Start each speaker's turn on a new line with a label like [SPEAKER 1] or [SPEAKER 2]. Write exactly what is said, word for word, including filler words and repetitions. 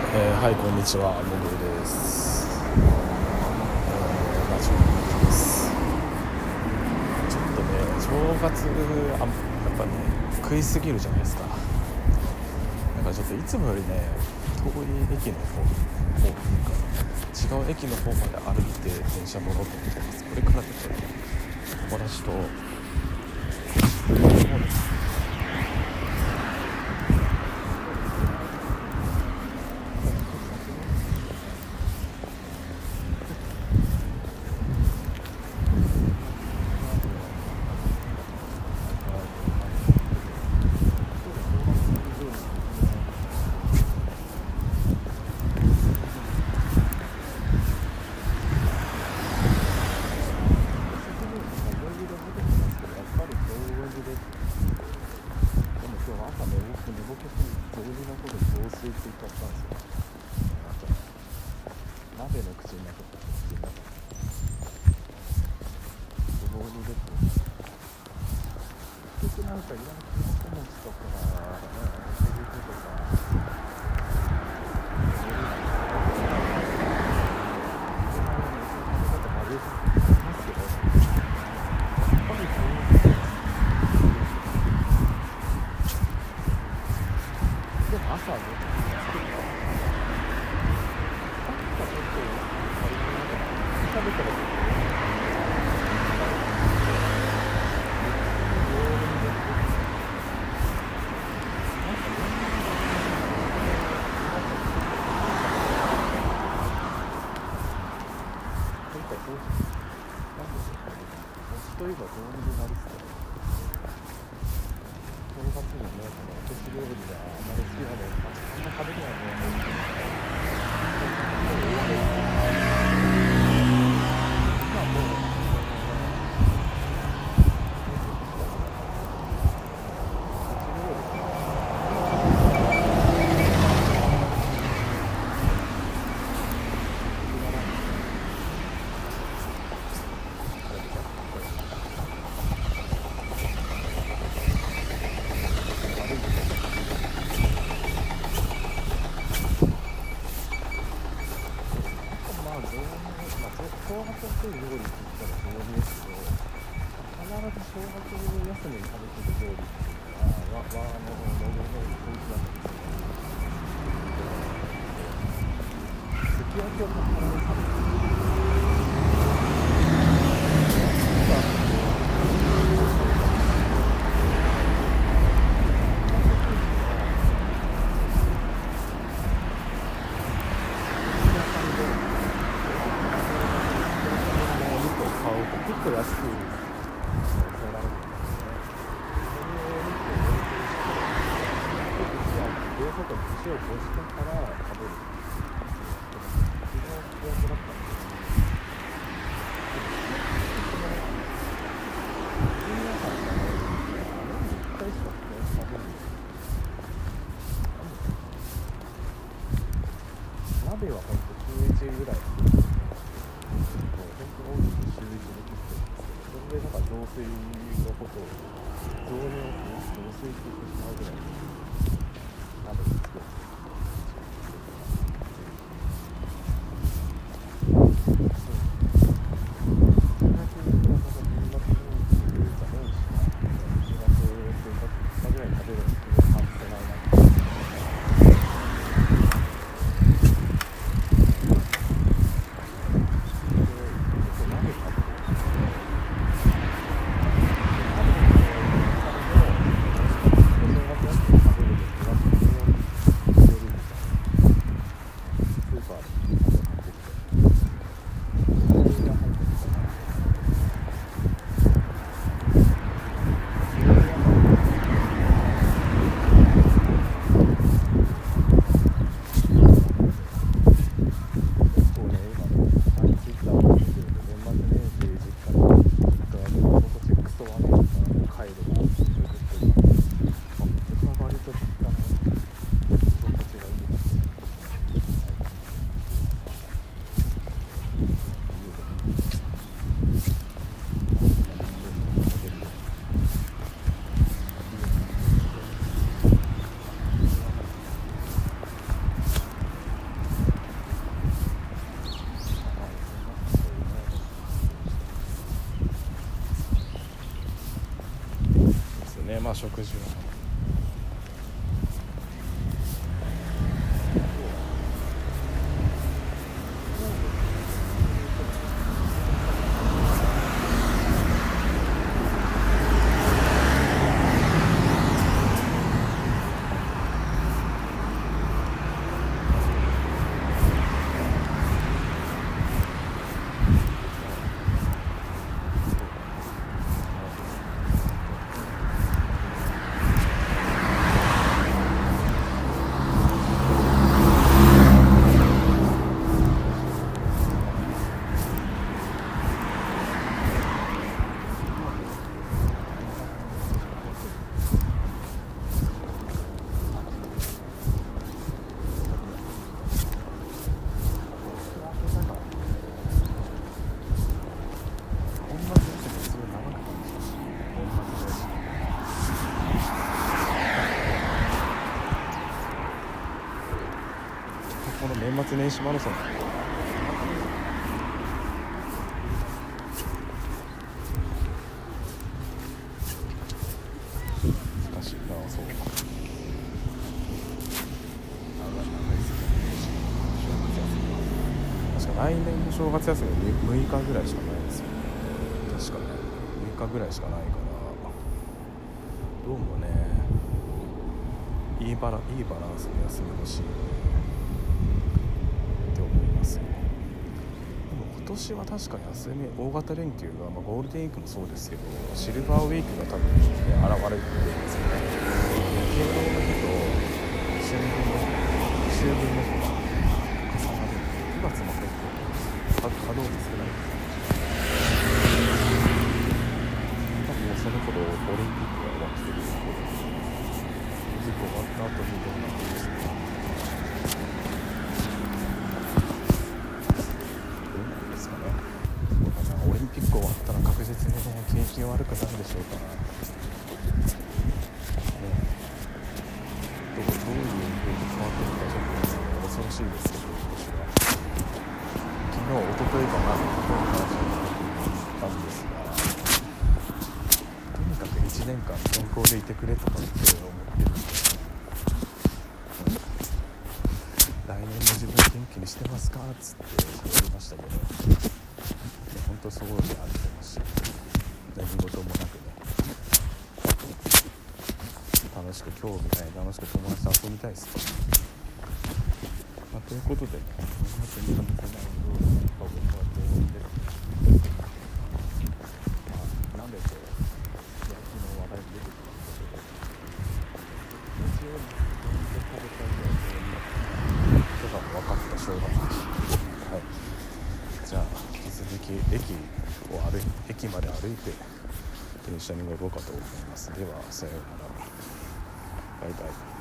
[SPEAKER 1] えーはい、こんにちは、もぐです。えーラジオのです。ちょっとね、正月、あ、やっぱね、食いすぎるじゃないですか。なんかちょっといつもよりね、遠い駅の方、方っていうか、違う駅の方まで歩いて電車乗ろうと思ってます。これからちょっとね、友達と、そうです。鍋の口になってた口になって棒に出て結局なんかいろんな小餅とかお汁粉とかでも朝ね、食べたらというかどうにもなりそう。正月にね、このおせち料理があんまり好きなので、あんま食べれないのはまあもう正月っぽい料理って言ったらそうですけど、必ず正月休みに食べてる料理っていうのは、わ、わ、あの、のどの雰囲気だったりする。すき焼きを必ず食べてる。結構安く食べられるんですよね。それを冷蔵庫に串を押してから食べる。昨日予約だったんですけど、皆さんがね、年にいっかいしか食べるんですよ。鍋はほんと週いちぐらいなんですけど、本当に多くて週いちで切ってるんですけど、それでなんか雑炊のことを雑煮を雑炊って言ってしまうぐらい鍋を作ってまあ食事はこの年末年始マラソン難しいな。そう確か来年の正月休みむいかぐらいしかないですよ。確かねむいかぐらいしかないからどうもねいいバラいいバランスで休み欲しいって思いますよ。でも今年は確か休み大型連休が、まあ、ゴールデンウィークもそうですけどシルバーウィークが多分、ね、現れてるんですよね。敬老の日と春分の日秋分の日が重なる。くがつも結構稼働日少ないです。多分もうその頃オリンピックが終わってるんですけどオリンピック終わった後にどんな感じですか。オリンピック終わったら確実にね景気悪くなるでしょうから、ね、どう、どういう風に変わっていくかちょっと恐ろしいですけど、今年は昨日、一昨日かな、こういう話になったんですが、とにかくいちねんかん健康でいてくれとかって思ってるんですよ。来年も自分元気にしてますかっつって言いましたけど、本当そうであってほしい。何事もなくね楽しく今日みたいに楽しく友達と遊びたいです、まあ、ということでね本当に話せないような僕はどうで、まあ、なんでこう野球の話題に出てきましたけど同じように食べたいような人が分かった正月でした。はい、じゃあ引き続き駅を歩い駅まで歩いて電車に乗ろうかと思います。ではさようなら。バイバイ。